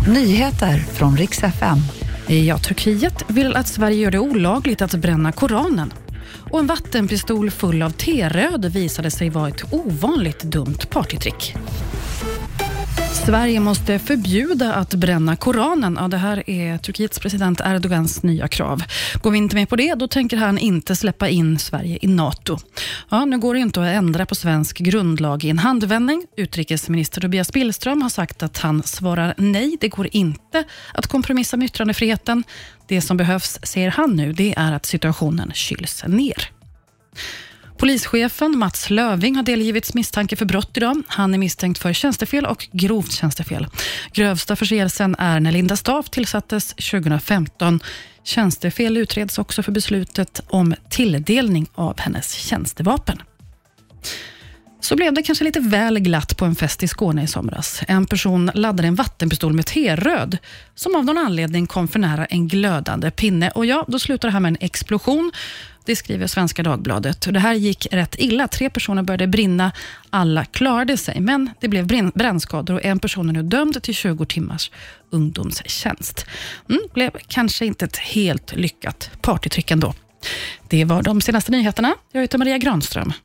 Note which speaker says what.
Speaker 1: Nyheter från Rix FM.
Speaker 2: Ja, Turkiet vill att Sverige gör det olagligt att bränna Koranen. Och en vattenpistol full av teröd visade sig vara ett ovanligt dumt partytrick. Sverige måste förbjuda att bränna Koranen. Ja, det här är Turkiets president Erdogans nya krav. Går vi inte med på det, då tänker han inte släppa in Sverige i NATO. Ja, nu går det inte att ändra på svensk grundlag i en handvändning. Utrikesminister Tobias Billström har sagt att han svarar nej. Det går inte att kompromissa med yttrandefriheten. Det som behövs, säger han nu, det är att situationen kyls ner. Polischefen Mats Löving har delgivits misstanke för brott idag. Han är misstänkt för tjänstefel och grovt tjänstefel. Grövsta förseelsen är när Linda Staff tillsattes 2015. Tjänstefel utreds också för beslutet om tilldelning av hennes tjänstevapen. Så blev det kanske lite väl glatt på en fest i Skåne i somras. En person laddade en vattenpistol med teröd som av någon anledning kom för nära en glödande pinne. Och ja, då slutar det här med en explosion. Det skriver Svenska Dagbladet. Och det här gick rätt illa. 3 personer började brinna. Alla klarade sig. Men det blev brännskador och en person är nu dömd till 20 timmars ungdomstjänst. Blev kanske inte ett helt lyckat partytrick ändå. Det var de senaste nyheterna. Jag heter Maria Granström.